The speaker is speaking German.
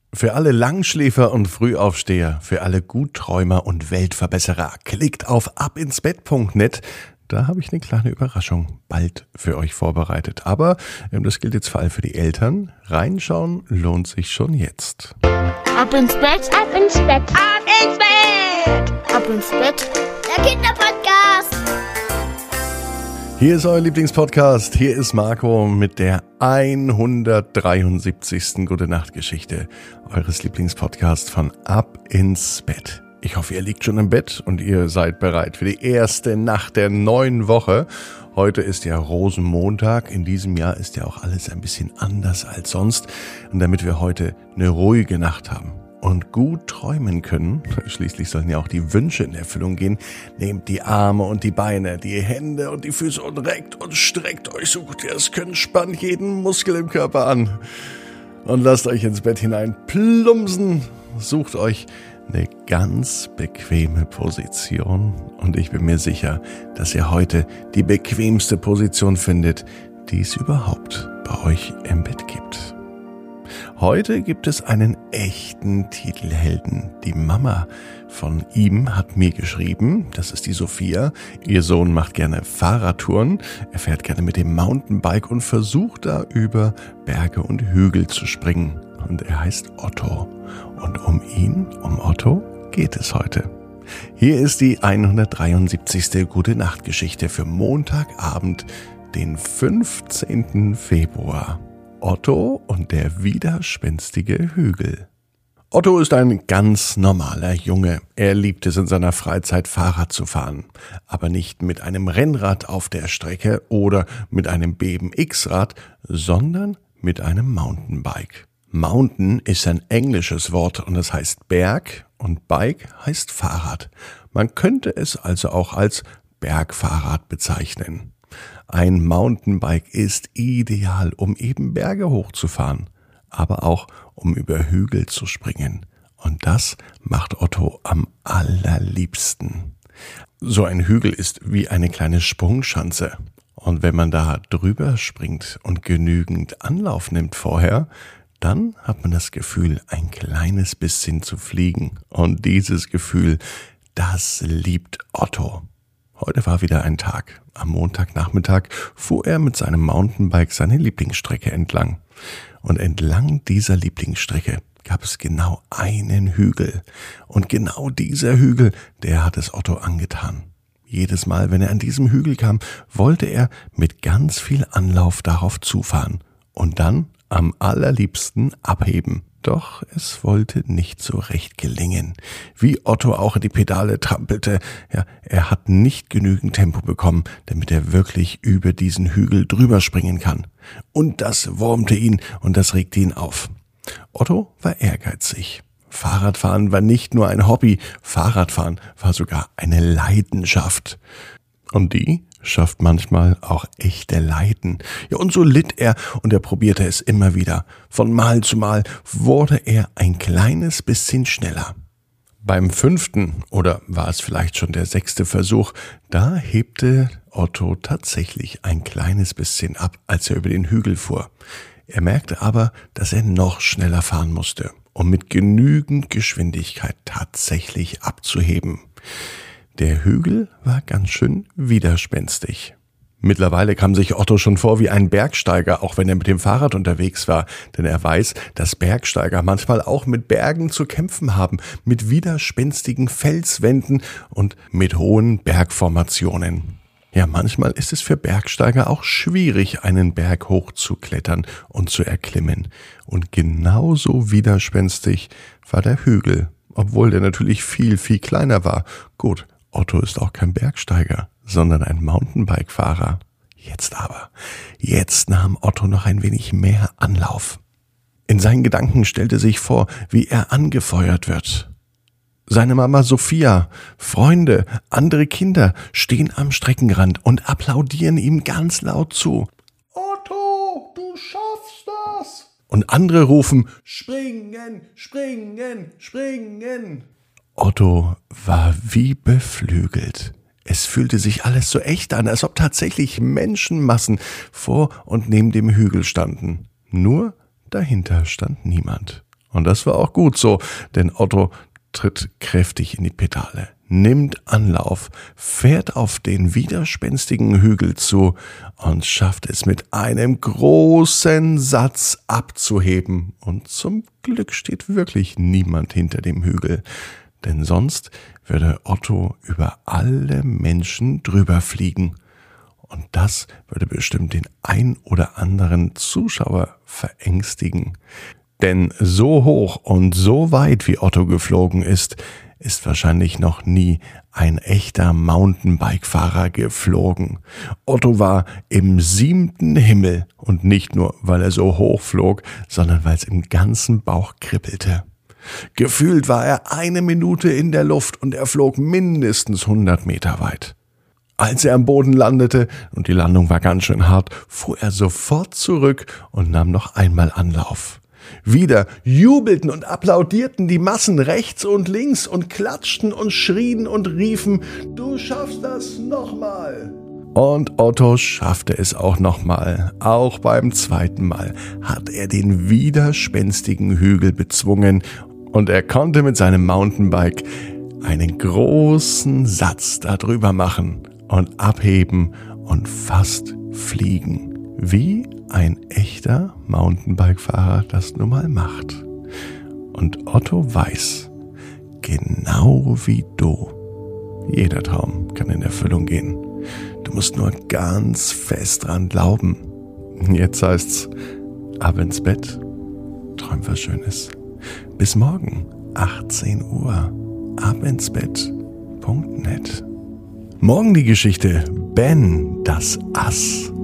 Für alle Langschläfer und Frühaufsteher, für alle Gutträumer und Weltverbesserer, klickt auf abinsbett.net. Da habe ich eine kleine Überraschung bald für euch vorbereitet. Aber das gilt jetzt vor allem für die Eltern. Reinschauen lohnt sich schon jetzt. Ab ins Bett, ab ins Bett, ab ins Bett, ab ins Bett. Der Kinderpodcast. Hier ist euer Lieblingspodcast. Hier ist Marco mit der 173. Gute-Nacht-Geschichte eures Lieblingspodcasts von Ab ins Bett. Ich hoffe, ihr liegt schon im Bett und ihr seid bereit für die erste Nacht der neuen Woche. Heute ist ja Rosenmontag. In diesem Jahr ist ja auch alles ein bisschen anders als sonst. Und damit wir heute eine ruhige Nacht haben und gut träumen können, schließlich sollen ja auch die Wünsche in Erfüllung gehen, nehmt die Arme und die Beine, die Hände und die Füße und reckt und streckt euch so gut ihr es könnt, spannt jeden Muskel im Körper an und lasst euch ins Bett hinein plumpsen. Sucht euch eine ganz bequeme Position und ich bin mir sicher, dass ihr heute die bequemste Position findet, die es überhaupt bei euch im Bett gibt. Heute gibt es einen echten Titelhelden. Die Mama von ihm hat mir geschrieben, das ist die Sophia. Ihr Sohn macht gerne Fahrradtouren, er fährt gerne mit dem Mountainbike und versucht da über Berge und Hügel zu springen. Und er heißt Otto. Und um Otto, geht es heute. Hier ist die 173. Gute-Nacht-Geschichte für Montagabend, den 15. Februar. Otto und der widerspenstige Hügel. Otto ist ein ganz normaler Junge. Er liebt es in seiner Freizeit Fahrrad zu fahren. Aber nicht mit einem Rennrad auf der Strecke oder mit einem BMX-Rad, sondern mit einem Mountainbike. Mountain ist ein englisches Wort und es heißt Berg und Bike heißt Fahrrad. Man könnte es also auch als Bergfahrrad bezeichnen. Ein Mountainbike ist ideal, um eben Berge hochzufahren, aber auch um über Hügel zu springen. Und das macht Otto am allerliebsten. So ein Hügel ist wie eine kleine Sprungschanze. Und wenn man da drüber springt und genügend Anlauf nimmt vorher, dann hat man das Gefühl, ein kleines bisschen zu fliegen. Und dieses Gefühl, das liebt Otto. Heute war wieder ein Tag. Am Montagnachmittag fuhr er mit seinem Mountainbike seine Lieblingsstrecke entlang. Und entlang dieser Lieblingsstrecke gab es genau einen Hügel. Und genau dieser Hügel, der hat es Otto angetan. Jedes Mal, wenn er an diesem Hügel kam, wollte er mit ganz viel Anlauf darauf zufahren. Und dann am allerliebsten abheben. Doch es wollte nicht so recht gelingen. Wie Otto auch in die Pedale trampelte, ja, er hat nicht genügend Tempo bekommen, damit er wirklich über diesen Hügel drüber springen kann. Und das wurmte ihn und das regte ihn auf. Otto war ehrgeizig. Fahrradfahren war nicht nur ein Hobby, Fahrradfahren war sogar eine Leidenschaft. Und die schafft manchmal auch echte Leiden. Ja, und so litt er und er probierte es immer wieder. Von Mal zu Mal wurde er ein kleines bisschen schneller. Beim 5. oder war es vielleicht schon der 6. Versuch, da hebte Otto tatsächlich ein kleines bisschen ab, als er über den Hügel fuhr. Er merkte aber, dass er noch schneller fahren musste, um mit genügend Geschwindigkeit tatsächlich abzuheben. Der Hügel war ganz schön widerspenstig. Mittlerweile kam sich Otto schon vor wie ein Bergsteiger, auch wenn er mit dem Fahrrad unterwegs war. Denn er weiß, dass Bergsteiger manchmal auch mit Bergen zu kämpfen haben, mit widerspenstigen Felswänden und mit hohen Bergformationen. Ja, manchmal ist es für Bergsteiger auch schwierig, einen Berg hochzuklettern und zu erklimmen. Und genauso widerspenstig war der Hügel, obwohl der natürlich viel, viel kleiner war. Gut. Otto ist auch kein Bergsteiger, sondern ein Mountainbike-Fahrer. Jetzt nahm Otto noch ein wenig mehr Anlauf. In seinen Gedanken stellte sich vor, wie er angefeuert wird. Seine Mama Sophia, Freunde, andere Kinder stehen am Streckenrand und applaudieren ihm ganz laut zu. Otto, du schaffst das! Und andere rufen, springen, springen, springen. Otto war wie beflügelt. Es fühlte sich alles so echt an, als ob tatsächlich Menschenmassen vor und neben dem Hügel standen. Nur dahinter stand niemand. Und das war auch gut so, denn Otto tritt kräftig in die Pedale, nimmt Anlauf, fährt auf den widerspenstigen Hügel zu und schafft es mit einem großen Satz abzuheben. Und zum Glück steht wirklich niemand hinter dem Hügel, denn sonst würde Otto über alle Menschen drüber fliegen. Und das würde bestimmt den ein oder anderen Zuschauer verängstigen. Denn so hoch und so weit wie Otto geflogen ist wahrscheinlich noch nie ein echter Mountainbike-Fahrer geflogen. Otto war im 7. Himmel und nicht nur, weil er so hoch flog, sondern weil es im ganzen Bauch kribbelte. Gefühlt war er 1 Minute in der Luft und er flog mindestens 100 Meter weit. Als er am Boden landete, und die Landung war ganz schön hart, fuhr er sofort zurück und nahm noch einmal Anlauf. Wieder jubelten und applaudierten die Massen rechts und links und klatschten und schrien und riefen, »Du schaffst das nochmal!« Und Otto schaffte es auch nochmal. Auch beim 2. Mal hat er den widerspenstigen Hügel bezwungen und er konnte mit seinem Mountainbike einen großen Satz darüber machen und abheben und fast fliegen, wie ein echter Mountainbike-Fahrer das nun mal macht. Und Otto weiß, genau wie du, jeder Traum kann in Erfüllung gehen. Du musst nur ganz fest dran glauben. Jetzt heißt's, ab ins Bett, träum was Schönes. Bis morgen, 18 Uhr, abinsbett.net. Morgen die Geschichte Ben, das Ass.